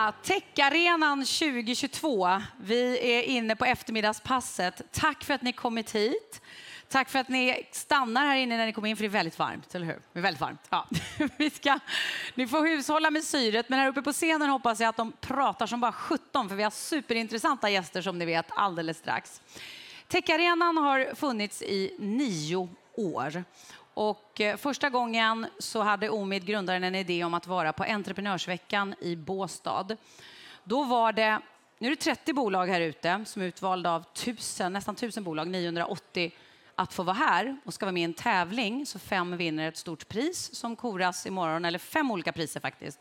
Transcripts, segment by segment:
Ja, Techarenan 2022. Vi är inne på eftermiddagspasset. Tack för att ni kommit hit. Tack för att ni stannar här inne när ni kommer in, för det är väldigt varmt, eller hur? Det är väldigt varmt. Ja. Ni får hushålla med syret, men här uppe på scenen hoppas jag att de pratar som bara 17, för vi har superintressanta gäster som ni vet alldeles strax. Techarenan har funnits i 9 år. Och första gången så hade Omid, grundaren, en idé om att vara på Entreprenörsveckan i Båstad. Då var det, nu är det 30 bolag här ute som är utvalda av nästan 1000 bolag, 980 att få vara här och ska vara med i en tävling. Så 5 vinner ett stort pris som koras imorgon, eller 5 olika priser faktiskt,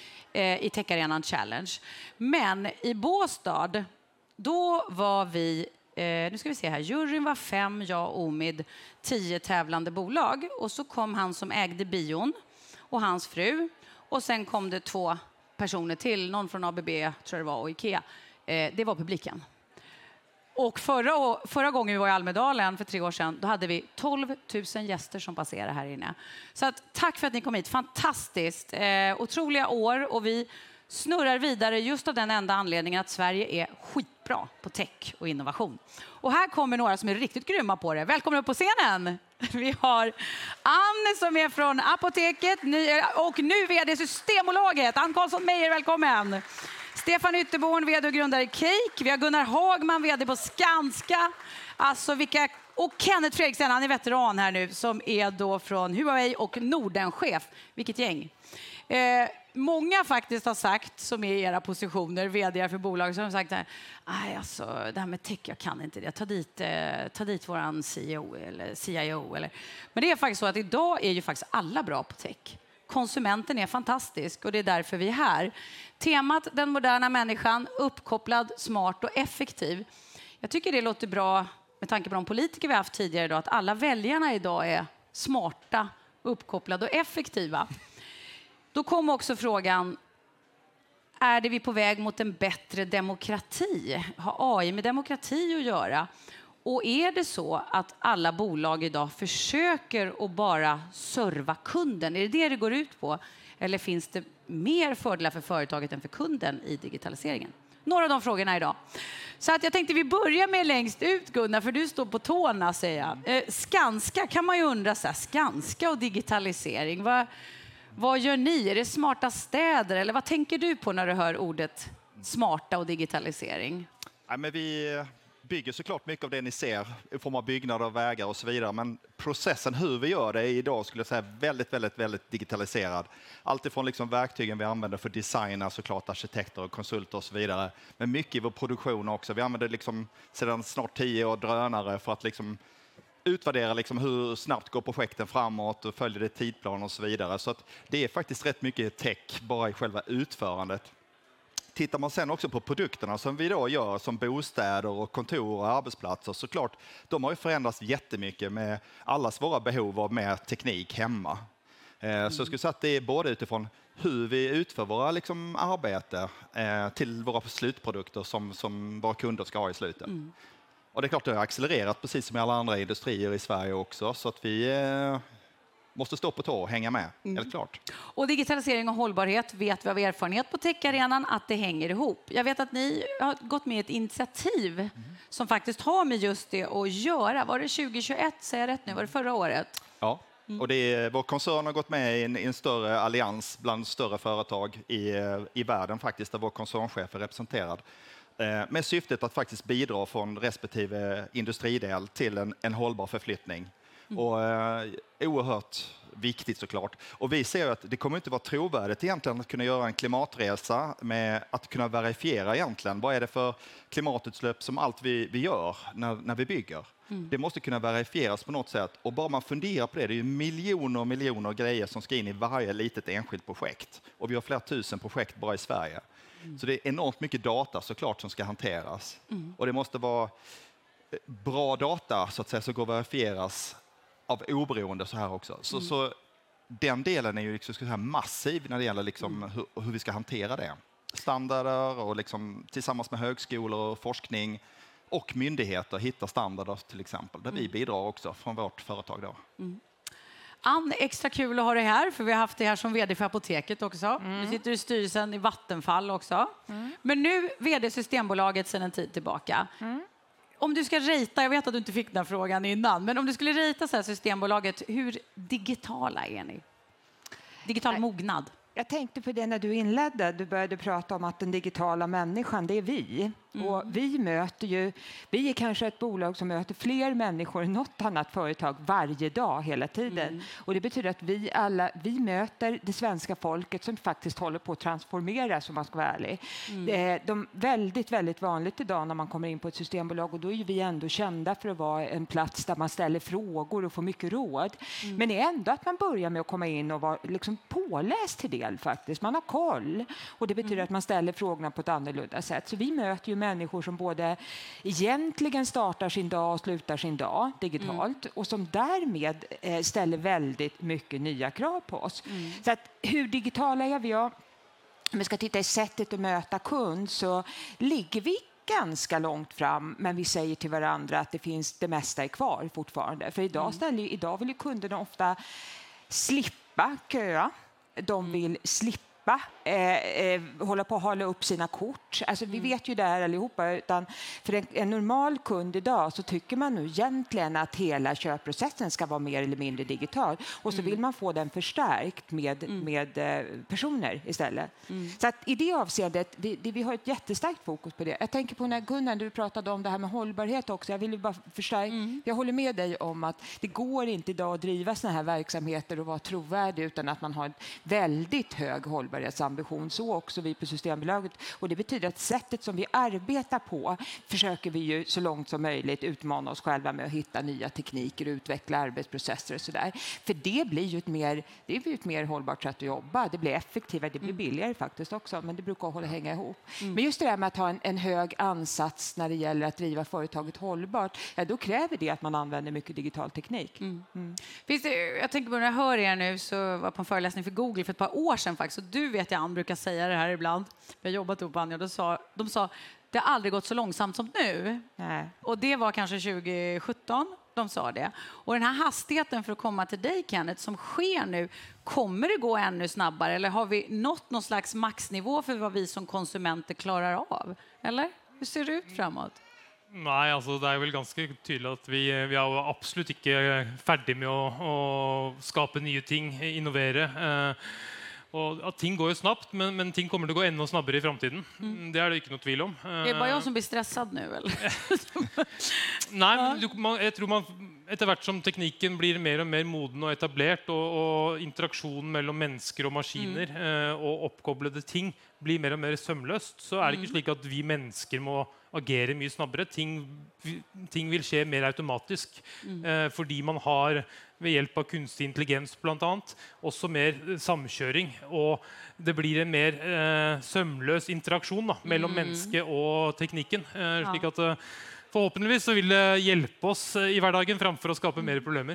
i Techarenan Challenge. Men i Båstad, då var vi, nu ska vi se här, juryn var 5, jag och Omid, 10 tävlande bolag. Och så kom han som ägde bion och hans fru. Och sen kom det 2 personer till, någon från ABB tror jag det var, och Ikea. Det var publiken. Och förra gången vi var i Almedalen för 3 år sedan, då hade vi 12 000 gäster som passerade här inne. Så att, tack för att ni kom hit. Fantastiskt. Otroliga år, och vi snurrar vidare just av den enda anledningen att Sverige är skitbra på tech och innovation. Och här kommer några som är riktigt grymma på det. Välkommen upp på scenen. Vi har Ann som är från Apoteket och nu vd Systembolaget. Ann Karlsson Meijer, välkommen. Stefan Ytterborn, vd och grundare i Cake. Vi har Gunnar Hagman, vd på Skanska. Alltså och Kenneth Fredriksen, han är veteran här nu, som är då från Huawei och Nordenchef. Vilket gäng. Många faktiskt har sagt, som är i era positioner, vd för bolag, som har sagt här, alltså, det här med tech, jag kan inte det. Ta dit våran CEO eller CIO. Men det är faktiskt så att idag är ju faktiskt alla bra på tech. Konsumenten är fantastisk och det är därför vi är här. Temat den moderna människan, uppkopplad, smart och effektiv. Jag tycker det låter bra med tanke på de politiker vi har haft tidigare idag, att alla väljarna idag är smarta, uppkopplade och effektiva. Då kom också frågan, är vi på väg mot en bättre demokrati? Har AI med demokrati att göra? Och är det så att alla bolag idag försöker att bara serva kunden? Är det går ut på? Eller finns det mer fördelar för företaget än för kunden i digitaliseringen? Några av de frågorna idag. Så att jag tänkte vi börjar med längst ut, Gunnar, för du står på tårna, säger jag. Skanska kan man ju undra, så här, Skanska och digitalisering. Vad gör ni? Är det smarta städer? Eller vad tänker du på när du hör ordet smarta och digitalisering? Ja, men vi bygger såklart mycket av det ni ser i form av byggnader, vägar och så vidare. Men processen hur vi gör det är idag, skulle jag säga, väldigt digitaliserad. Allt ifrån liksom verktygen vi använder för designer, såklart arkitekter och konsulter och så vidare. Men mycket i vår produktion också. Vi använder liksom sedan snart 10 år drönare för att liksom utvärdera liksom hur snabbt går projekten framåt och följer det tidplan och så vidare. Så att det är faktiskt rätt mycket tech bara i själva utförandet. Tittar man sen också på produkterna som vi då gör som bostäder och kontor och arbetsplatser, såklart, de har ju förändrats jättemycket med allas våra behov av mer teknik hemma. Så jag skulle säga att det är både utifrån hur vi utför våra liksom arbete till våra slutprodukter som våra kunder ska ha i slutet. Och det är klart det har accelererat precis som i alla andra industrier i Sverige också, så att vi måste stå på tå och hänga med, helt klart. Och digitalisering och hållbarhet vet vi av erfarenhet på Techarenan att det hänger ihop. Jag vet att ni har gått med i ett initiativ som faktiskt har med just det att göra. Var det 2021, säger jag rätt nu? Var det förra året? Ja, och vår koncern har gått med i en större allians bland större företag i världen faktiskt, där vår koncernchef är representerad. Med syftet att faktiskt bidra från respektive industridel till en hållbar förflyttning. Och oerhört viktigt såklart. Och vi ser att det kommer inte vara trovärdigt egentligen att kunna göra en klimatresa med att kunna verifiera egentligen vad är det för klimatutsläpp som allt vi gör när vi bygger. Det måste kunna verifieras på något sätt. Och bara man funderar på det, det är ju miljoner grejer som ska in i varje litet enskilt projekt. Och vi har flera tusen projekt bara i Sverige. Så det är enormt mycket data såklart som ska hanteras. Och det måste vara bra data så att säga, som går att verifieras av oberoende så här också. Så den delen är ju liksom, ska säga, massiv när det gäller liksom hur vi ska hantera det. Standarder och liksom, tillsammans med högskolor och forskning och myndigheter hitta standarder till exempel. Där vi bidrar också från vårt företag då. Ann, extra kul att ha dig här, för vi har haft dig här som vd för Apoteket också. Du sitter i styrelsen i Vattenfall också. Men nu vd Systembolaget sedan en tid tillbaka. Om du ska rita, jag vet att du inte fick den här frågan innan, men om du skulle rita så här Systembolaget, hur digitala är ni? Digital mognad. Jag tänkte på det när du inledde. Du började prata om att den digitala människan, det är vi. Och vi är kanske ett bolag som möter fler människor än något annat företag varje dag hela tiden. Och det betyder att vi möter det svenska folket som faktiskt håller på att transformeras, om man ska vara ärlig. Det är väldigt, väldigt vanligt idag när man kommer in på ett systembolag, och då är vi ändå kända för att vara en plats där man ställer frågor och får mycket råd. Men det är ändå att man börjar med att komma in och vara liksom påläst till del faktiskt. Man har koll. Och det betyder att man ställer frågorna på ett annorlunda sätt. Så vi möter ju människor som både egentligen startar sin dag och slutar sin dag digitalt och som därmed ställer väldigt mycket nya krav på oss. Så att, hur digitala är vi? Om vi ska titta i sättet att möta kund, så ligger vi ganska långt fram, men vi säger till varandra att det mesta är kvar fortfarande. För idag vill ju kunderna ofta slippa köa. De vill slippa hålla på att hålla upp sina kort. Alltså, vi vet ju det här allihopa. Utan för en normal kund idag så tycker man nu egentligen att hela köpprocessen ska vara mer eller mindre digital. Och så vill man få den förstärkt med personer istället. Så att i det avseendet, vi har ett jättestarkt fokus på det. Jag tänker på när Gunnar, du pratade om det här med hållbarhet också. Jag vill ju bara förstärka. Jag håller med dig om att det går inte idag att driva såna här verksamheter och vara trovärdig utan att man har en väldigt hög hållbarhetsambition. Så också vi på Systembolaget. Och det betyder att sättet som vi arbetar på försöker vi ju så långt som möjligt utmana oss själva med att hitta nya tekniker och utveckla arbetsprocesser och sådär. För det blir ju ett mer hållbart sätt att jobba. Det blir effektivare, det blir billigare faktiskt också, men det brukar hänga ihop. Men just det där med att ha en hög ansats när det gäller att driva företaget hållbart, då kräver det att man använder mycket digital teknik. Jag tänker på när jag hör er nu, så var jag på en föreläsning för Google för ett par år sedan faktiskt. Och du vet, jag brukar säga det här ibland. Vi har jobbat ihop, Anja. De sa det har aldrig gått så långsamt som nu. Nej. Och det var kanske 2017 de sa det. Och den här hastigheten för att komma till dig, Kenneth, som sker nu, kommer det gå ännu snabbare? Eller har vi nått någon slags maxnivå för vad vi som konsumenter klarar av? Eller? Hur ser det ut framåt? Nej, alltså det är väl ganska tydligt att vi är absolut inte färdiga med att skapa nya ting, innovera. Och att ting går ju snabbt, men ting kommer att gå ännu snabbare i framtiden. Det är det inte något tvivel om. Det är bara jag som blir stressad nu, eller? Nej, jag tror man efterhvert som tekniken blir mer och mer moden och etablerad och interaktion mellan människor och maskiner och uppkopplade ting blir mer och mer sömlöst, så är det inte så att vi människor må agera mycket snabbare. Ting vill ske mer automatiskt fordi man har ved hjälp av kunstig intelligens bland annat också mer samkörning, och det blir en mer sömlös interaktion mellan människa och tekniken. Slik att förhoppningsvis så vill det hjälpa oss i vardagen framför att skapa mer problem.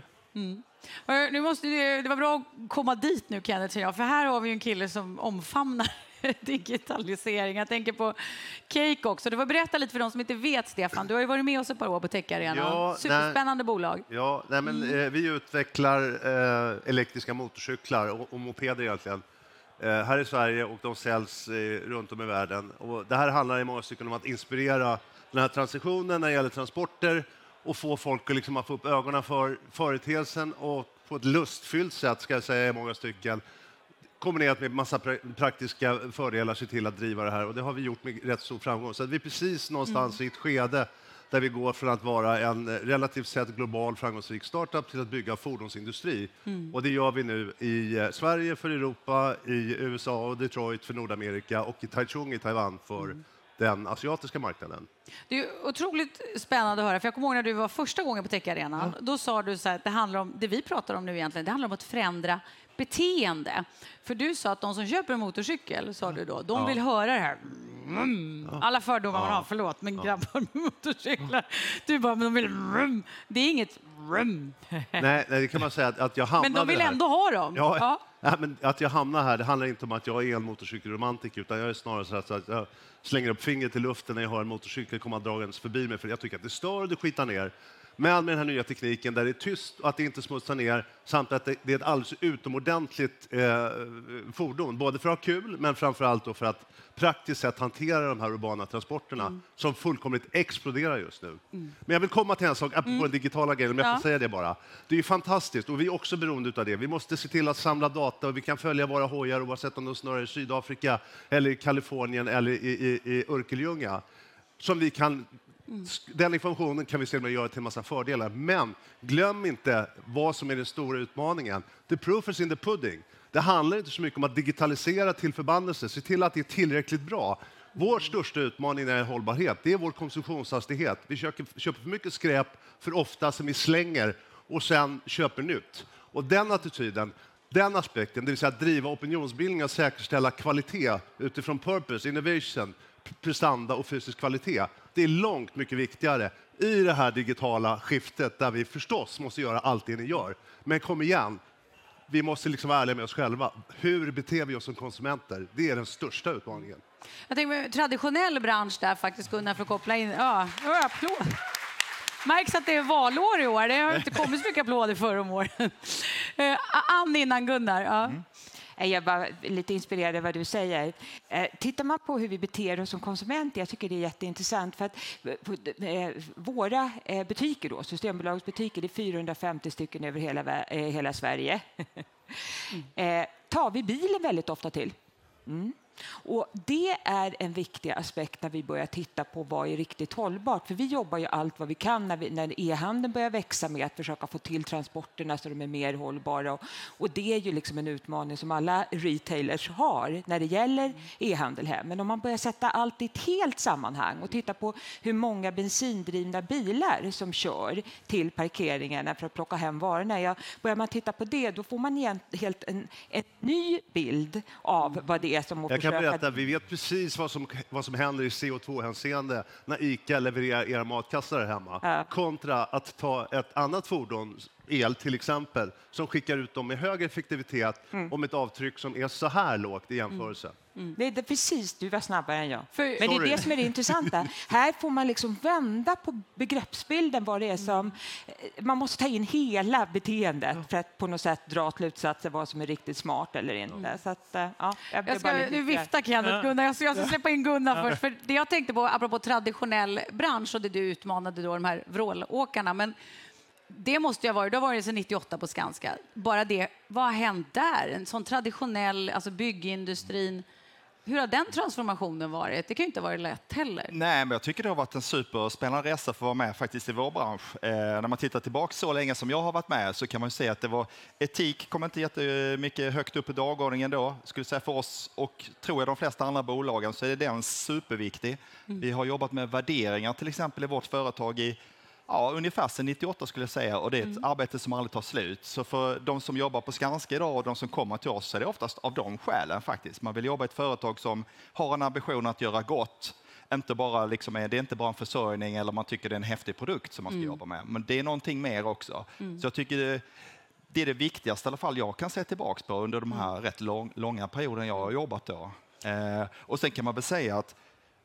Nu det var bra att komma dit nu, Kenneth, för här har vi en kille som omfamnar digitalisering. Jag tänker på Cake också. Du får berätta lite för de som inte vet, Stefan. Du har ju varit med oss ett par år på Tech Arena. Ja, superspännande bolag. Ja, vi utvecklar elektriska motorcyklar och mopeder egentligen här i Sverige, och de säljs runt om i världen. Och det här handlar i många stycken om att inspirera den här transitionen när det gäller transporter och få folk att, liksom, att få upp ögonen för företeelsen och på ett lustfyllt sätt, ska jag säga, i många stycken, kombinerat med massa praktiska fördelar, se till att driva det här. Och det har vi gjort med rätt stor framgång. Så att vi är precis någonstans i ett skede där vi går från att vara en relativt sett global framgångsrik startup till att bygga fordonsindustri. Och det gör vi nu i Sverige för Europa, i USA och Detroit för Nordamerika och i Taichung i Taiwan för den asiatiska marknaden. Det är otroligt spännande att höra, för jag kommer ihåg när du var första gången på Tech Arena. Då sa du så här, att det handlar om, det vi pratar om nu egentligen, det handlar om att förändra beteende. För du sa att de som köper en motorcykel, sa du då, de vill höra det här. Alla fördomar man har, förlåt, men grabbar med motorcyklar. Du bara, men de vill det är inget Nej, det kan man säga att jag hamnade. Men de vill ändå ha dem. Ja. Ja, men att jag hamnar här, det handlar inte om att jag är en motorcykelromantiker, utan jag är snarare så att jag slänger upp fingret i luften när jag har en motorcykel komma dragandes förbi mig, för jag tycker att det stör och det skitar ner. Men med den här nya tekniken där det är tyst och att det inte smutsar ner samt att det är ett alldeles utomordentligt fordon. Både för att ha kul men framförallt då för att praktiskt sett hantera de här urbana transporterna som fullkomligt exploderar just nu. Men jag vill komma till en sak, apropå den digitala grejen, om jag får säga det bara. Det är ju fantastiskt och vi är också beroende av det. Vi måste se till att samla data och vi kan följa våra hojar oavsett om de snurrar i Sydafrika eller i Kalifornien eller i Örkelljunga. Som vi kan, den informationen kan vi sedan göra till en massa fördelar. Men glöm inte vad som är den stora utmaningen. The proof is in the pudding. Det handlar inte så mycket om att digitalisera till förbannelse, se till att det är tillräckligt bra. Vår största utmaning är hållbarhet, det är vår konsumtionshastighet. Vi köper för mycket skräp för ofta som vi slänger och sen köper nytt. Och den attityden, den aspekten, det vill säga att driva opinionsbildning och säkerställa kvalitet utifrån purpose, innovation, prestanda och fysisk kvalitet. Det är långt mycket viktigare i det här digitala skiftet där vi förstås måste göra allt det ni gör. Men kom igen, vi måste liksom vara ärliga med oss själva. Hur beter vi oss som konsumenter? Det är den största utmaningen. Jag tänker traditionell bransch där faktiskt, Gunnar, för att koppla in. Ja, applåd. Märks att det är valår i år. Det har inte kommit så mycket applåder förra om åren. Ann innan Gunnar. Ja. Jag var lite inspirerad av vad du säger. Tittar man på hur vi beter oss som konsumenter, jag tycker det är jätteintressant för att våra butiker då, Systembolagsbutiker, det är 450 stycken över hela Sverige. Tar vi bilen väldigt ofta till. Och det är en viktig aspekt när vi börjar titta på vad är riktigt hållbart. För vi jobbar ju allt vad vi kan när e-handeln börjar växa med att försöka få till transporterna så de är mer hållbara. Och det är ju liksom en utmaning som alla retailers har när det gäller e-handel här. Men om man börjar sätta allt i ett helt sammanhang och titta på hur många bensindrivna bilar som kör till parkeringarna för att plocka hem varorna. Börjar man titta på det, då får man helt en ny bild av vad det är som Jag kan berätta, vi vet precis vad som händer i CO2-hänseende när ICA levererar era matkassar hemma. Kontra att ta ett annat fordon, el till exempel, som skickar ut dem med högre effektivitet och med ett avtryck som är så här lågt i jämförelse. Det är precis, du var snabbare än jag. Men det är det som är det intressanta. Här får man liksom vända på begreppsbilden vad det är som... Man måste ta in hela beteendet för att på något sätt dra slutsatser vad som är riktigt smart eller inte. Så att, jag ska nu vifta Kenneth, Gunnar. Jag ska släppa in Gunnar först. För det jag tänkte på, apropå traditionell bransch och det du utmanade då, de här vrålåkarna. Men det måste ju ha varit, då var det sedan 98 på Skanska. Bara det, vad har hänt där? En sån traditionell, alltså byggindustrin. Hur har den transformationen varit? Det kan ju inte ha varit lätt heller. Nej, men jag tycker det har varit en superspännande resa för att vara med faktiskt i vår bransch. När man tittar tillbaka så länge som jag har varit med så kan man ju se att det var etik kom inte jättemycket högt upp på dagordningen då. Skulle säga för oss och tror jag de flesta andra bolagen så är den superviktig. Vi har jobbat med värderingar till exempel i vårt företag i ungefär sedan 98 skulle jag säga och det är ett arbete som aldrig tar slut. Så för de som jobbar på Skanska idag och de som kommer till oss så är det oftast av de skälen faktiskt. Man vill jobba i ett företag som har en ambition att göra gott. Inte bara det är inte bara en försörjning eller man tycker det är en häftig produkt som man ska jobba med. Men det är någonting mer också. Så jag tycker det är det viktigaste i alla fall jag kan se tillbaka på under de här rätt långa perioden jag har jobbat då. Och sen kan man väl säga att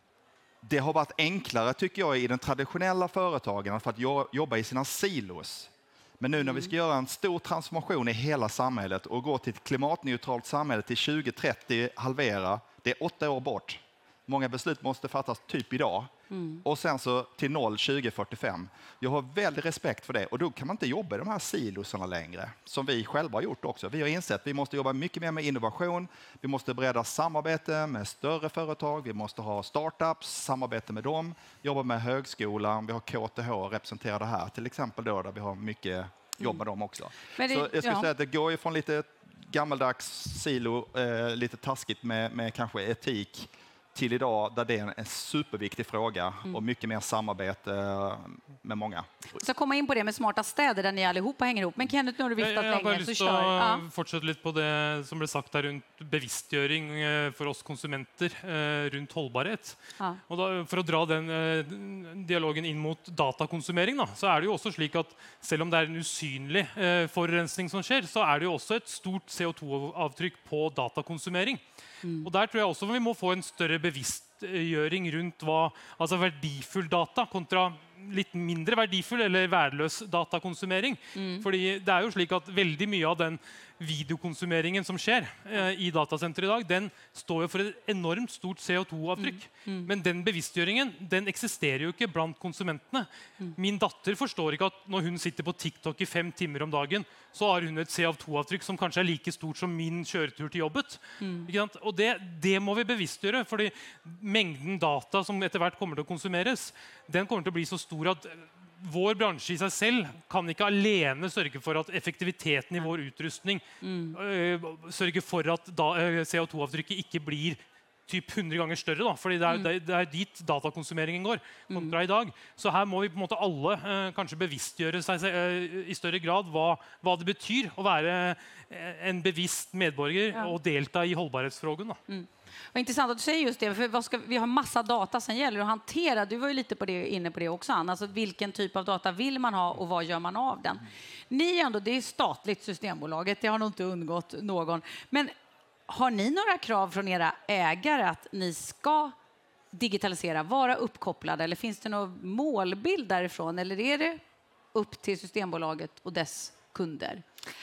det har varit enklare tycker jag i den traditionella företagen för att jobba i sina silos. Men nu när vi ska göra en stor transformation i hela samhället och gå till ett klimatneutralt samhälle till 2030, halvera, det är 8 år bort. Många beslut måste fattas typ idag. Och sen så till 2045. Jag har väldigt respekt för det och då kan man inte jobba i de här silosarna längre. Som vi själva har gjort också. Vi har insett att vi måste jobba mycket mer med innovation. Vi måste bredda samarbete med större företag. Vi måste ha startups, samarbete med dem. Jobba med högskolan. Vi har KTH representerade här till exempel då där vi har mycket jobb med dem också. Men så jag skulle säga att det går ju från lite gammaldags silo, lite taskigt med kanske etik till idag där det är en superviktig fråga och mycket mer samarbete med många. Så komma in på det med smarta städer där ni allihopa hänger ihop. Men Kenneth, nu har du viftat länge så kör. Jag fortsätter lite på det som blev sagt där runt bevisstgjøring för oss konsumenter runt hållbarhet. Och då, för att dra den dialogen in mot datakonsumering då, så är det ju också slik att selv om det är en usynlig forurensning som sker, så är det ju också ett stort CO2-avtryck på datakonsumering. Och där tror jag också vi må få en större bevisstgjøring runt vad, alltså värdefull data kontra litt mindre verdifull eller verdløs datakonsumering. Fordi det er jo slik at veldig mye av den videokonsumeringen som skjer i datasenter i dag, den står jo for et enormt stort CO2-avtrykk. Men den bevisstgjøringen, den eksisterer jo ikke blant konsumentene. Min datter forstår ikke at når hun sitter på TikTok i 5 timer om dagen, så har hun et CO2-avtrykk som kanskje er like stort som min kjøretur til jobbet. Ikke sant? Og det må vi bevisstgjøre, fordi mengden data som etter hvert kommer til å konsumeres, den kommer til å bli så stor at vår bransje i seg selv kan ikke alene sørge for at effektiviteten i vår utrustning sørger for at CO2-avtrykket ikke blir typ 100 ganger større, da, fordi det er dit datakonsumeringen går kontra i dag. Så her må vi på en måte alle kanskje bevisstgjøre seg i større grad hva det betyr å være en bevisst medborger og delta i hållbarhetsfrågan. Vad intressant att du säger just det, för vi har massa data, sen gäller det att hantera, du var ju lite inne på det också, Anna, alltså vilken typ av data vill man ha och vad gör man av den? Ni ändå, det är statligt Systembolaget, det har nog inte undgått någon, men har ni några krav från era ägare att ni ska digitalisera, vara uppkopplade, eller finns det någon målbild därifrån, eller är det upp till Systembolaget och dess kunder?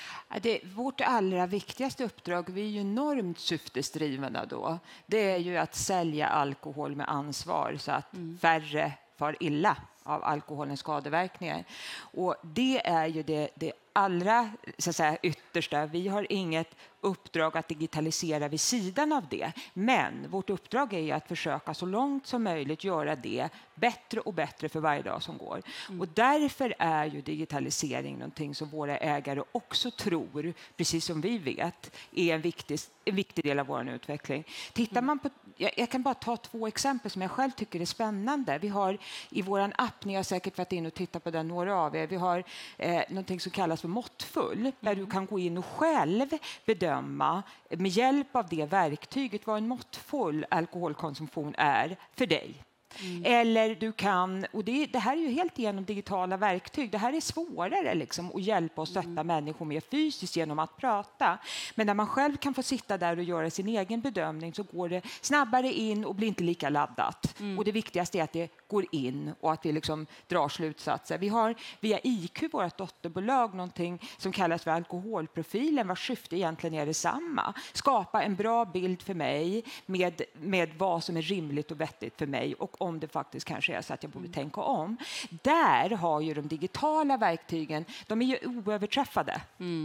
Vårt allra viktigaste uppdrag, vi är ju enormt syftesdrivna då, det är ju att sälja alkohol med ansvar så att färre far illa av alkoholens skadeverkningar. Och det är ju det allra så att säga, yttersta. Vi har inget uppdrag att digitalisera vid sidan av det. Men vårt uppdrag är ju att försöka så långt som möjligt göra det bättre och bättre för varje dag som går. Och därför är ju digitalisering någonting som våra ägare också tror, precis som vi vet, är en viktig del av vår utveckling. Tittar man på, jag kan bara ta 2 exempel som jag själv tycker är spännande. Vi har i våran app, ni har säkert varit in och tittat på den, några av er, vi har någonting som kallas för måttfull, där du kan gå in och själv bedöma med hjälp av det verktyget vad en måttfull alkoholkonsumtion är för dig. Eller du kan, och det här är ju helt genom digitala verktyg. Det här är svårare liksom, att hjälpa och stötta människor mer fysiskt genom att prata. Men när man själv kan få sitta där och göra sin egen bedömning så går det snabbare in och blir inte lika laddat. Och det viktigaste är att det går in och att vi liksom drar slutsatser. Vi har via IQ, vårt dotterbolag, någonting som kallas för alkoholprofilen, vars syfte egentligen är detsamma. Skapa en bra bild för mig med vad som är rimligt och vettigt för mig och om det faktiskt kanske är så att jag borde tänka om. Där har ju de digitala verktygen, de är ju oöverträffade.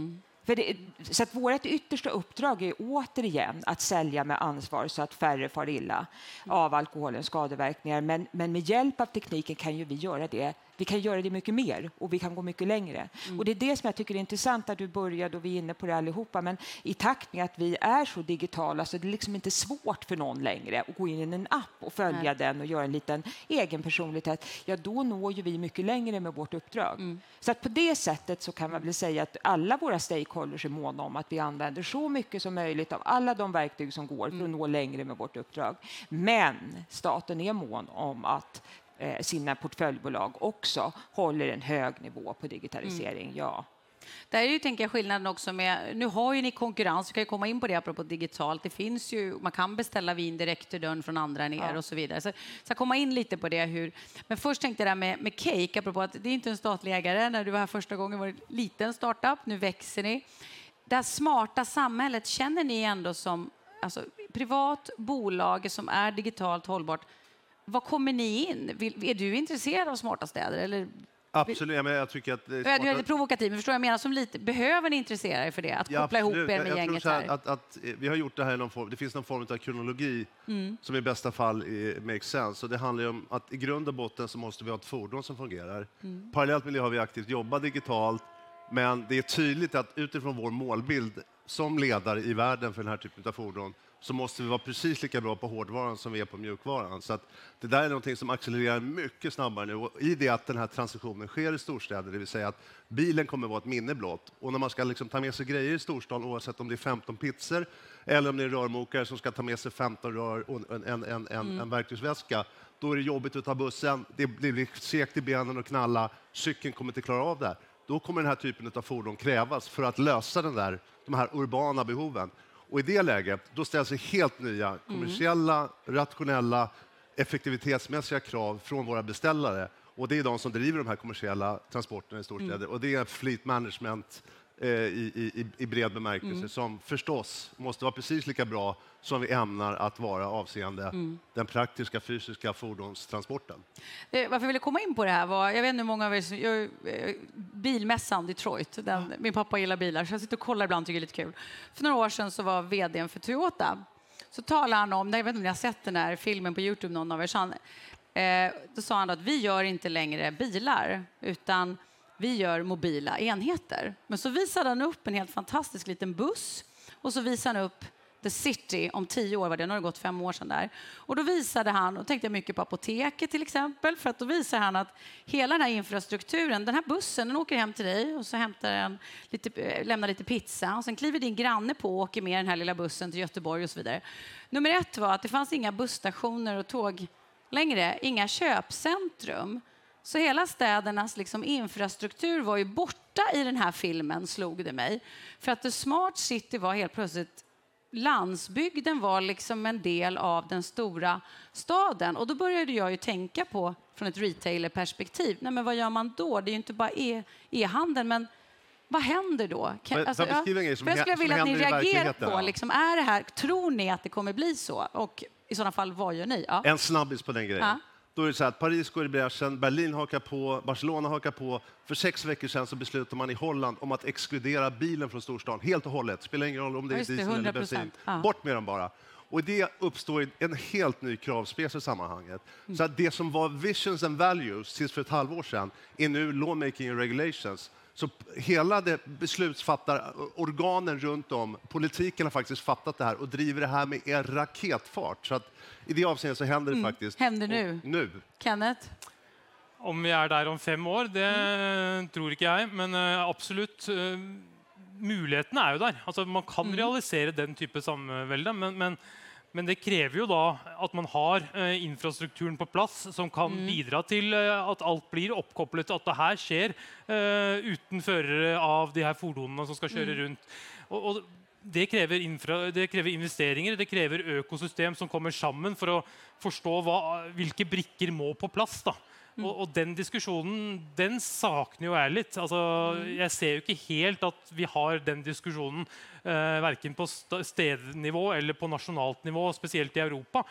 Så att vårt yttersta uppdrag är återigen att sälja med ansvar så att färre far illa av alkoholens skadeverkningar. Men med hjälp av tekniken kan ju vi göra det. Vi kan göra det mycket mer och vi kan gå mycket längre. Och det är det som jag tycker är intressant att du började, och vi är inne på det allihopa, men i takt med att vi är så digitala så är det liksom inte svårt för någon längre att gå in i en app och följa den och göra en liten egen personlighet. Ja, då når ju vi mycket längre med vårt uppdrag. Så att på det sättet så kan man väl säga att alla våra stakeholders är måna om att vi använder så mycket som möjligt av alla de verktyg som går för att nå längre med vårt uppdrag. Men staten är mån om att sina portföljbolag också håller en hög nivå på digitalisering, ja. Där är ju, tänker jag, skillnaden också med, nu har ju ni konkurrens, vi kan ju komma in på det apropå digitalt, det finns ju, man kan beställa vin direkt till dörren från andra ner och så vidare. Så jag komma in lite på det, men först tänkte jag där med Cake, apropå att det är inte en statlig ägare, när du var här första gången var det en liten startup, nu växer ni. Det här smarta samhället, känner ni ändå som alltså, privat bolag som är digitalt hållbart, vad kommer ni in? Är du intresserad av smarta städer? Eller? Absolut, men jag tycker att... Du är lite provokativ, men förstår jag menar som lite. Behöver ni intressera er för det? Att koppla ihop er med gänget här? Att vi har gjort det här i någon form. Det finns någon form av kronologi som i bästa fall makes sense. Och det handlar ju om att i grund och botten så måste vi ha ett fordon som fungerar. Parallellt med det har vi aktivt jobbat digitalt. Men det är tydligt att utifrån vår målbild som ledare i världen för den här typen av fordon så måste vi vara precis lika bra på hårdvaran som vi är på mjukvaran. Så att det där är någonting som accelererar mycket snabbare nu. Och i det att den här transitionen sker i storstäder, det vill säga att bilen kommer att vara ett minne blott. Och när man ska liksom ta med sig grejer i storstan, oavsett om det är 15 pizzor eller om det är rörmokare som ska ta med sig 15 rör och en verktygsväska, då är det jobbigt att ta bussen, det blir segt i benen och knalla, cykeln kommer inte klara av det här. Då kommer den här typen av fordon krävas för att lösa de här urbana behoven. Och i det läget, då ställs det helt nya kommersiella, rationella, effektivitetsmässiga krav från våra beställare. Och det är de som driver de här kommersiella transporterna i storstäder. Och det är fleet management i bred bemärkelse som förstås måste vara precis lika bra som vi ämnar att vara avseende den praktiska fysiska fordonstransporten. Varför jag ville komma in på det här var, jag vet inte hur många av er, bilmässan Detroit, min pappa gillar bilar så jag sitter och kollar ibland, tycker det är lite kul. För några år sedan så var vdn för Toyota, så talade han om, jag vet inte om ni har sett den här filmen på YouTube någon av er, då sa han att vi gör inte längre bilar utan vi gör mobila enheter. Men så visade han upp en helt fantastisk liten buss och så visade han upp The City om 10 år, var det, nu har det gått 5 år sedan där. Och då visade han, och tänkte jag mycket på apoteket till exempel, för att då visar han att hela den här infrastrukturen, den här bussen, den åker hem till dig och så hämtar den lämnar lite pizza och sen kliver din granne på och åker med den här lilla bussen till Göteborg och så vidare. Nummer 1 var att det fanns inga busstationer och tåg längre, inga köpcentrum. Så hela städernas liksom infrastruktur var ju borta i den här filmen, slog det mig. För att The Smart City var helt plötsligt, landsbygden var liksom en del av den stora staden. Och då började jag ju tänka på, från ett retailerperspektiv, nej men vad gör man då? Det är ju inte bara e-handeln, men vad händer då? Jag skulle vilja att ni reagerar på, liksom, är det här, tror ni att det kommer bli så? Och i sådana fall, vad gör ni? Ja. En snabbis på den grejen. Ja. Då är det så att Paris går i bräschen, Berlin hakar på, Barcelona hakar på. För 6 veckor sedan så beslutade man i Holland om att exkludera bilen från storstan helt och hållet. Spelar ingen roll om det är diesel eller bensin. Ja. Bort med dem bara. Och det uppstår en helt ny kravspec i sammanhanget. Så att det som var visions and values tills för ett halvår sedan är nu lawmaking and regulations. Så hela det beslutsfattarorganen runt om, politiken har faktiskt fattat det här och driver det här med en raketfart. Så att i det avseendet så händer det faktiskt. Händer nu. Nu. Kenneth? Om vi är där om 5 år, det tror inte jag, men absolut. Muligheten är ju där. Alltså, man kan realisera den typen samvälde, men det kräver ju då att man har infrastrukturen på plats som kan bidra till att allt blir uppkopplat, att det här sker utan förare av de här fordonen som ska köra runt. Och det kräver investeringar, det kräver ökosystem som kommer samman för att förstå vilka brickor må på plats då. Och den diskussionen, den saknar ju jag lite. Alltså, jag ser ju inte helt att vi har den diskussionen varken på stednivå eller på nationellt nivå, speciellt i Europa.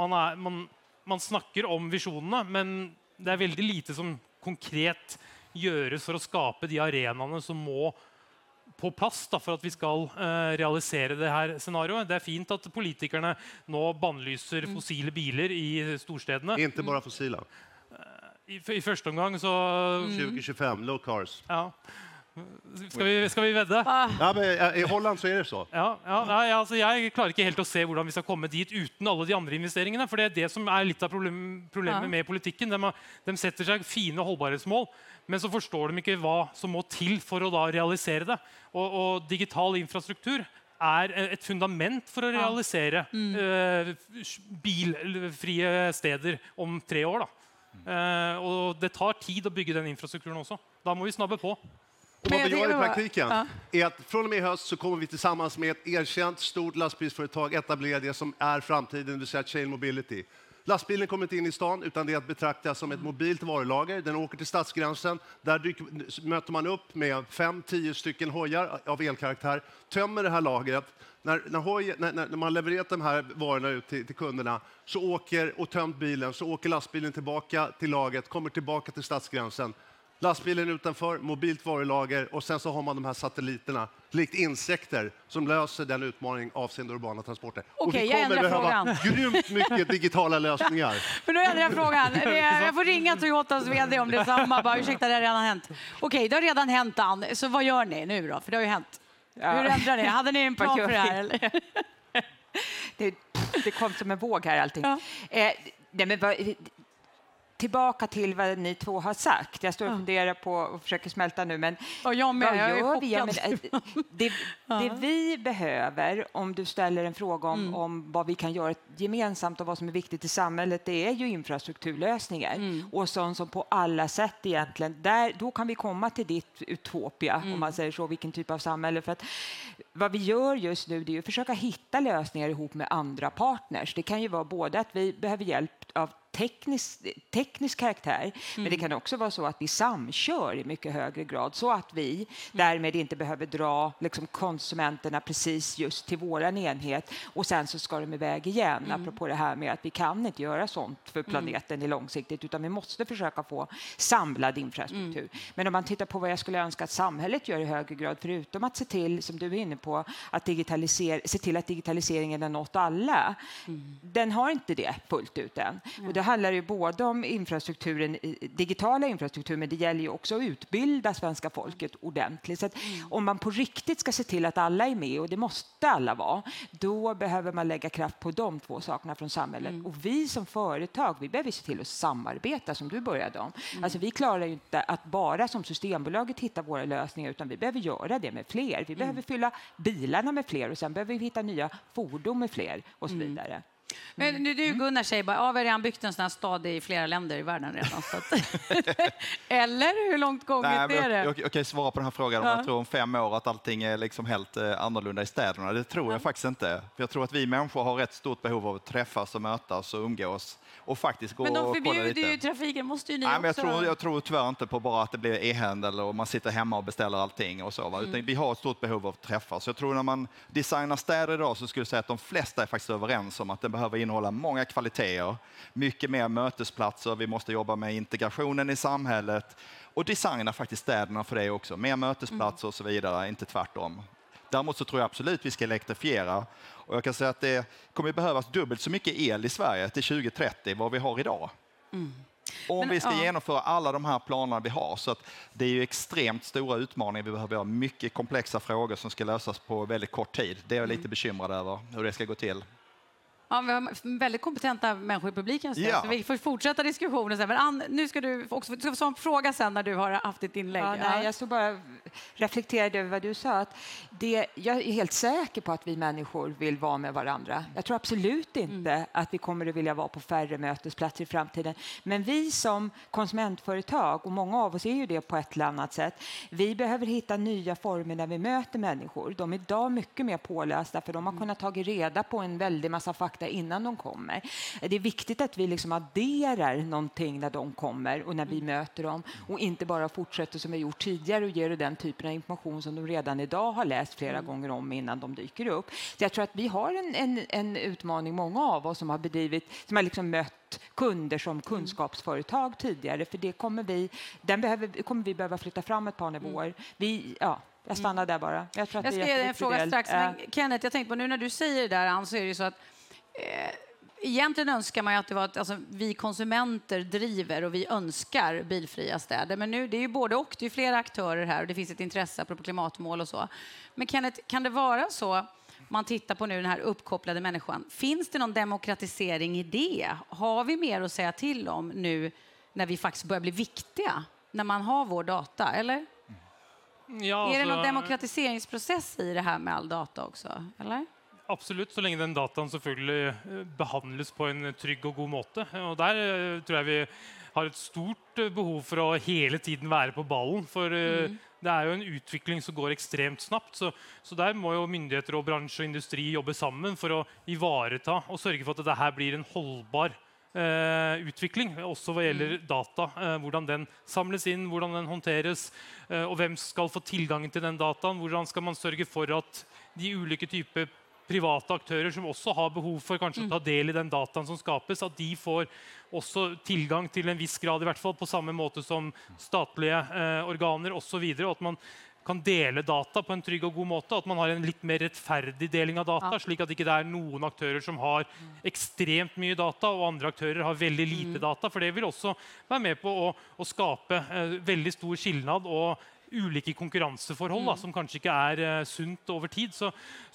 Man snackar om visionerna, men det är väldigt lite som konkret görs för att skapa de arenorna som må på plats då, för att vi ska realisera det här scenariot. Det är fint att politikerna nu bannlyser fossila bilar i storstäderna. Inte bara fossila. I första omgång så 2025 low cars. Ja. Ska vi vedda? Ja, men i Holland så är det så. Nej, alltså jag klarar inte helt att se hur vi ska komma dit utan alla de andra investeringarna, för det är det som är lite av problemet med politiken. De sätter sig fina hållbarhetsmål, men så förstår de inte vad som må till för att då realisera det. Och digital infrastruktur är ett fundament för att realisera bilfria städer om 3 år då. Och det tar tid att bygga den infrastrukturen också. Då måste vi snabba på. Och vad vi gör i praktiken är att från och med höst så kommer vi tillsammans med ett erkänt stort lastbilsföretag etablera det som är framtiden, det vill säga Chain Mobility. Lastbilen kommer inte in i stan utan det är att betrakta som ett mobilt varulager. Den åker till stadsgränsen. Där möter man upp med 5-10 stycken hojar av elkaraktär. Tömmer det här lagret. När man levererat de här varorna ut till kunderna så och tömt bilen, så åker lastbilen tillbaka till lagret, kommer tillbaka till stadsgränsen. Lastbilen utanför, mobilt varulager och sen så har man de här satelliterna, likt insekter, som löser den utmaning avseende urbana transporter. Okej, och vi kommer behöva grymt mycket digitala lösningar. För nu ändrar jag frågan. Jag får ringa Toyotas vd om det är samma. Bara, ursäkta, det har redan hänt. Okej, det har redan hänt, Ann. Så vad gör ni nu då? För det har ju hänt. Hur ändrar ni? Hade ni en plan för det här? Eller? Det kom som en våg här allting. Tillbaka till vad ni två har sagt. Jag står och funderar på och försöker smälta nu. Men och jag med, vad jag gör vi? Det vi behöver, om du ställer en fråga om vad vi kan göra gemensamt och vad som är viktigt i samhället, det är ju infrastrukturlösningar. Och sånt som på alla sätt egentligen. Då kan vi komma till ditt utopia, om man säger så, vilken typ av samhälle. För att vad vi gör just nu, det är att försöka hitta lösningar ihop med andra partners. Det kan ju vara både att vi behöver hjälp av teknisk karaktär, men det kan också vara så att vi samkör i mycket högre grad så att vi därmed inte behöver dra liksom, konsumenterna precis just till våran enhet och sen så ska de iväg igen. Apropå det här med att vi kan inte göra sånt för planeten i långsiktigt, utan vi måste försöka få samlad infrastruktur. Men om man tittar på vad jag skulle önska att samhället gör i högre grad, förutom att se till, som du är inne på, att se till att digitaliseringen har nått alla. Den har inte det fullt ut än. Och det handlar ju både om infrastrukturen, digitala infrastruktur, men det gäller ju också att utbilda svenska folket ordentligt. Så att om man på riktigt ska se till att alla är med, och det måste alla vara, då behöver man lägga kraft på de två sakerna från samhället. Och vi som företag, vi behöver se till att samarbeta, som du började om. Alltså vi klarar ju inte att bara som Systembolaget hitta våra lösningar, utan vi behöver göra det med fler. Vi behöver fylla bilarna med fler och sen behöver vi hitta nya fordon med fler och så vidare. Men nu du Gunnar säger bara, vi har redan byggt en sån här stad i flera länder i världen redan. Så att eller hur långt gånget är det? Jag kan svara på den här frågan. Jag tror om 5 år att allting är liksom helt annorlunda i städerna. Det tror jag faktiskt inte. För jag tror att vi människor har rätt stort behov av att träffas och mötas och umgås. Och faktiskt gå och kolla lite. Men de förbjuder ju trafiken, måste ju ni också. Men jag tror tyvärr inte på bara att det blir e-handel och man sitter hemma och beställer allting och så. Utan vi har ett stort behov av att träffas. Så jag tror när man designar städer idag så skulle jag säga att de flesta är faktiskt överens om att det behöver innehålla många kvaliteter. Mycket mer mötesplatser. Vi måste jobba med integrationen i samhället. Och designa faktiskt städerna för det också. Mer mötesplatser och så vidare, inte tvärtom. Däremot så tror jag absolut vi ska elektrifiera. Och jag kan säga att det kommer behövas dubbelt så mycket el i Sverige till 2030 vad vi har idag. Om vi ska genomföra alla de här planerna vi har. Så att det är ju extremt stora utmaningar. Vi behöver ha mycket komplexa frågor som ska lösas på väldigt kort tid. Det är jag lite bekymrad över hur det ska gå till. Ja, vi har väldigt kompetenta människor i publiken. Så vi får fortsätta diskussionen sen. Men nu ska du också få en fråga sen när du har haft ditt inlägg. Nej, jag stod bara reflekterade över vad du sa. Att jag är helt säker på att vi människor vill vara med varandra. Jag tror absolut inte att vi kommer att vilja vara på färre mötesplatser i framtiden. Men vi som konsumentföretag, och många av oss är ju det på ett eller annat sätt, vi behöver hitta nya former när vi möter människor. De är idag mycket mer pålästa för de har kunnat ta reda på en väldig massa fakta innan de kommer. Det är viktigt att vi liksom adderar någonting när de kommer och när vi möter dem och inte bara fortsätter som vi gjort tidigare och ger den typen av information som de redan idag har läst flera gånger om innan de dyker upp. Så jag tror att vi har en utmaning, många av oss som har liksom mött kunder som kunskapsföretag tidigare, för det kommer vi behöva flytta fram ett par nivåer. Jag stannar där bara. Jag ska ge dig en fråga strax. Men Kenneth, jag tänkte på nu när du säger det där, så är det ju så att egentligen önskar man ju att det var att vi konsumenter driver och vi önskar bilfria städer. Men nu det är ju både och, det är flera aktörer här och det finns ett intresse på klimatmål och så. Men Kenneth, kan det vara så, man tittar på nu den här uppkopplade människan, finns det någon demokratisering i det? Har vi mer att säga till om nu när vi faktiskt börjar bli viktiga när man har vår data, eller? Ja, är det någon demokratiseringsprocess i det här med all data också, eller? Absolutt, så lenge den dataen selvfølgelig behandles på en trygg og god måte. Og der tror jeg vi har et stort behov for å hele tiden være på ballen, for det er jo en utvikling som går ekstremt snabbt. Så der må jo myndigheter og bransje og industri jobbe sammen for å ivareta og sørge for at dette her blir en holdbar utvikling, også hva gjelder data, hvordan den samles inn, hvordan den håndteres, og hvem skal få tilgangen til den dataen, hvordan skal man sørge for at de ulike typer private aktører som også har behov for kanskje å ta del i den dataen som skapes, at de får også tilgang til en viss grad, i hvert fall på samme måte som statlige organer og så videre, og at man kan dele data på en trygg og god måte, at man har en litt mer rettferdig deling av data, slik at ikke det er noen aktører som har ekstremt mye data, og andre aktører har veldig lite data, for det vil også være med på å skape veldig stor skillnad og ulike konkurranseforhold som kanskje ikke er sunt over tid. Så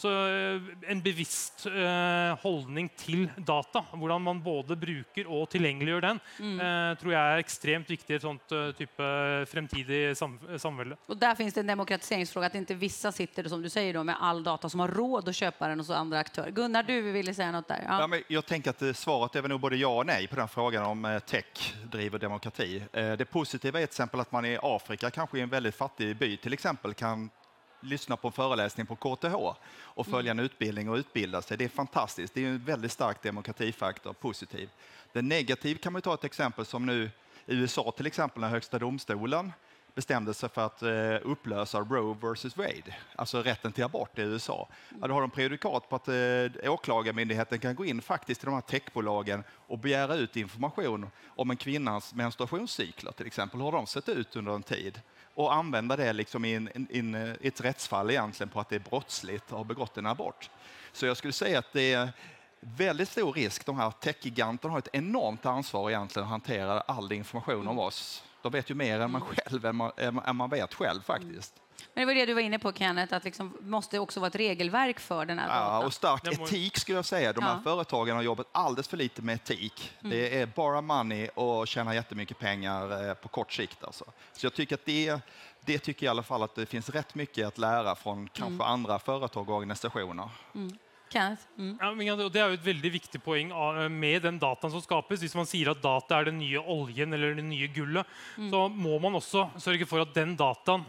en bevisst holdning til data, hvordan man både bruker og tilgjengeliggjør den, tror jeg er ekstremt viktig i et sånt type fremtidig samvelde. Och där finns det en demokratiseringsfråga, att inte vissa sitter, som du säger, då, med all data som har råd att köpa den och så andra aktörer. Gunnar, du ville säga något där? Ja, men jag tänker att svaret är väl nog både ja och nej på den frågan om tech driver demokrati. Det positiva är till exempel att man i Afrika, kanske i en väldigt fattig by till exempel, kan lyssna på en föreläsning på KTH och följa en utbildning och utbilda sig. Det är fantastiskt. Det är en väldigt stark demokratifaktor, positiv. Det negativ kan man ta ett exempel som nu i USA till exempel när högsta domstolen bestämde sig för att upplösa Roe versus Wade, alltså rätten till abort i USA. Ja, då har de prejudikat på att åklagarmyndigheten kan gå in faktiskt i de här techbolagen och begära ut information om en kvinnas menstruationscykler till exempel. Hur har de sett ut under en tid? Och använda det liksom i ett rättsfall egentligen på att det är brottsligt att ha begått en abort. Så jag skulle säga att det är väldigt stor risk. De här techgiganterna har ett enormt ansvar egentligen att hantera all information om oss. De vet ju mer än man själv, än man vet själv faktiskt. Men det var det du var inne på, Kenneth, att liksom måste också vara ett regelverk för den här datan. Ja, och stark etik skulle jag säga. De här företagen har jobbat alldeles för lite med etik. Det är bara money och tjäna jättemycket pengar på kort sikt. Alltså. Så jag tycker att det tycker i alla fall att det finns rätt mycket att lära från kanske andra företag och organisationer. Ja, men det är ju ett väldigt viktigt poäng med den datan som skapas. Hvis man säger att data är den nya oljan eller den nya guldet, så må man också sörja för att den datan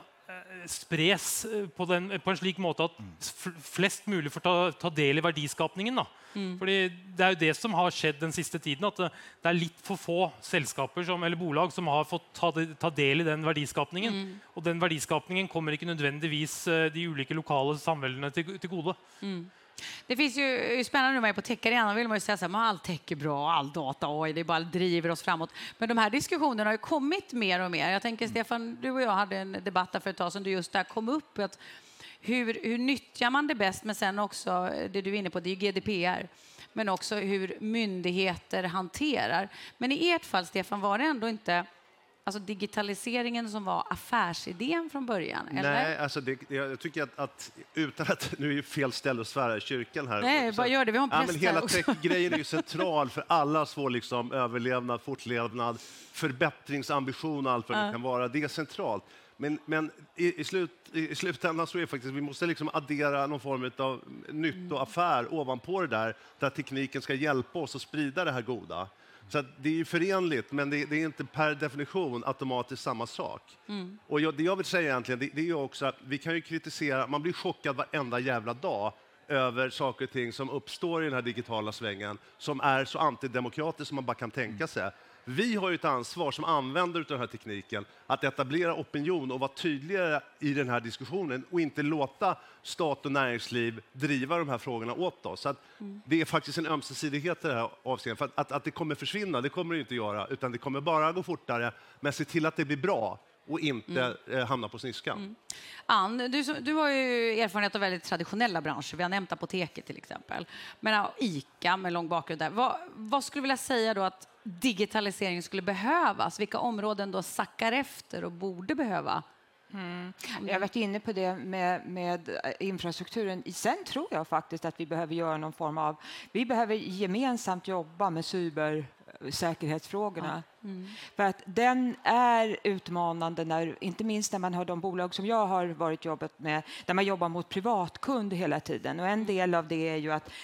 spres på en slik måte att flest mulig får ta del i verdiskapningen. För det är ju det som har skett den sista tiden, att det är lite för få sällskaper eller bolag som har fått ta del i den verdiskapningen. Och den verdiskapningen kommer inte nödvändigtvis de olika lokala samhällena till godo. Det finns ju spännande med på techarenan, vill man ju säga så här, all tech är bra, all data, det bara driver oss framåt. Men de här diskussionerna har ju kommit mer och mer. Jag tänker, Stefan, du och jag hade en debatt där för ett tag sedan, du just där kom upp, att hur nyttjar man det bäst, men sen också, det du är inne på, det är ju GDPR, men också hur myndigheter hanterar. Men i ert fall, Stefan, var det ändå inte digitaliseringen som var affärsidén från början? Eller? Nej, alltså jag tycker att utan att nu är fel ställe att svära i kyrkan här. Nej, bara gör det. Vi har en präst men hela också. tech-grejen är ju central för allas vår liksom, överlevnad, fortlevnad, förbättringsambition och allt vad det kan vara. Det är centralt. Men i slutändan så är det faktiskt vi måste liksom addera någon form av nyttoaffär ovanpå det där tekniken ska hjälpa oss att sprida det här goda. Så att det är ju förenligt, men det är inte per definition automatiskt samma sak. Och det jag vill säga egentligen, det är ju också att vi kan ju kritisera, man blir chockad varenda jävla dag över saker och ting som uppstår i den här digitala svängen som är så antidemokratiskt som man bara kan tänka sig. Vi har ju ett ansvar som använder av den här tekniken att etablera opinion och vara tydligare i den här diskussionen och inte låta stat och näringsliv driva de här frågorna åt oss. Så att det är faktiskt en ömsesidighet i det här avseendet. För att det kommer försvinna, det kommer det inte göra, utan det kommer bara gå fortare. Men se till att det blir bra och inte hamna på sniskan. Ann, du har ju erfarenhet av väldigt traditionella branscher. Vi har nämnt apoteket till exempel. Men ICA med lång bakgrund där. Vad skulle du vilja säga då att digitalisering skulle behövas? Vilka områden då sackar efter och borde behöva? Jag har varit inne på det med infrastrukturen. Sen tror jag faktiskt att vi behöver göra någon form av... Vi behöver gemensamt jobba med cybersäkerhetsfrågorna. För att den är utmanande, inte minst när man har de bolag som jag har varit jobbat med, där man jobbar mot privatkund hela tiden. Och en del av det är ju att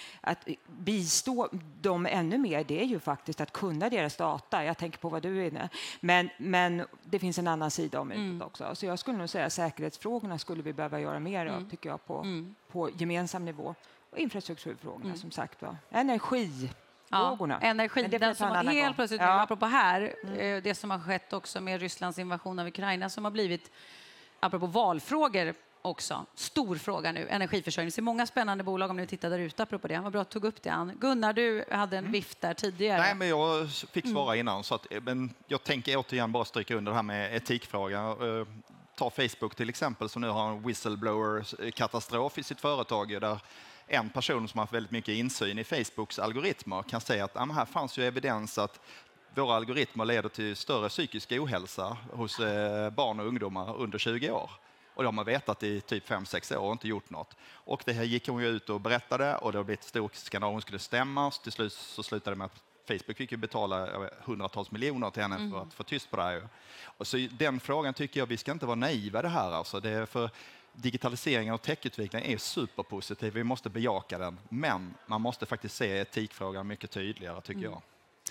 bistå dem ännu mer, det är ju faktiskt att kunna deras data. Jag tänker på vad du är inne. Men det finns en annan sida om det också. Så jag skulle nog säga att säkerhetsfrågorna skulle vi behöva göra mer av, tycker jag, på gemensam nivå. Och infrastrukturfrågorna, som sagt var. Energi. Energi, den som har helt plötsligt, apropå här, det som har skett också med Rysslands invasion av Ukraina som har blivit, apropå valfrågor också, stor fråga nu, energiförsörjning. Det är många spännande bolag om ni tittar där ute, apropå det. Vad bra att du tog upp det, Ann. Gunnar, du hade en vift där tidigare. Nej, men jag fick svara innan, så att, men jag tänker återigen bara stryka under det här med etikfrågan. Ta Facebook till exempel, som nu har en whistleblower-katastrof i sitt företag, där en person som har haft väldigt mycket insyn i Facebooks algoritmer kan säga att här fanns ju evidens att våra algoritmer leder till större psykisk ohälsa hos barn och ungdomar under 20 år. Och det har man vetat i typ 5-6 år och inte gjort något. Och det här gick hon ju ut och berättade och det har blivit stor skandal, hon skulle stämmas. Till slut så slutade det med att Facebook fick ju betala hundratals miljoner till henne för att få tyst på det här. Och så den frågan tycker jag, vi ska inte vara naiva i det här. Alltså. Det är för digitaliseringen och techutvecklingen är superpositiv. Vi måste bejaka den. Men man måste faktiskt se etikfrågan mycket tydligare, tycker jag.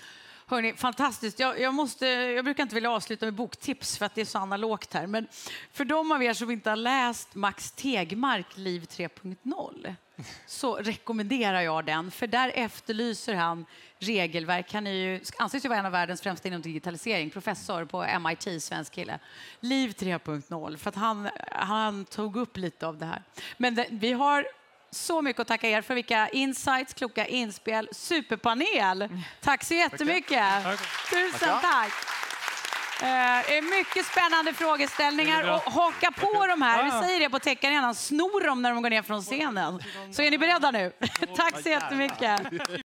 Hörrni, fantastiskt. Jag brukar inte vilja avsluta med boktips för att det är så analogt här. Men för de av er som inte har läst Max Tegmark Liv 3.0 så rekommenderar jag den. För där efterlyser han regelverk. Han är ju, anses ju vara en av världens främsta inom digitalisering. Professor på MIT, svensk kille. Liv 3.0. För att han tog upp lite av det här. Men vi har så mycket att tacka er för. Vilka insights, kloka inspel, superpanel. Tack så jättemycket. Tusen tack. Mycket spännande frågeställningar och haka på de här. Vi säger det på Tech-arenan, snor dem när de går ner från scenen. Så är ni beredda nu? Tack så jättemycket.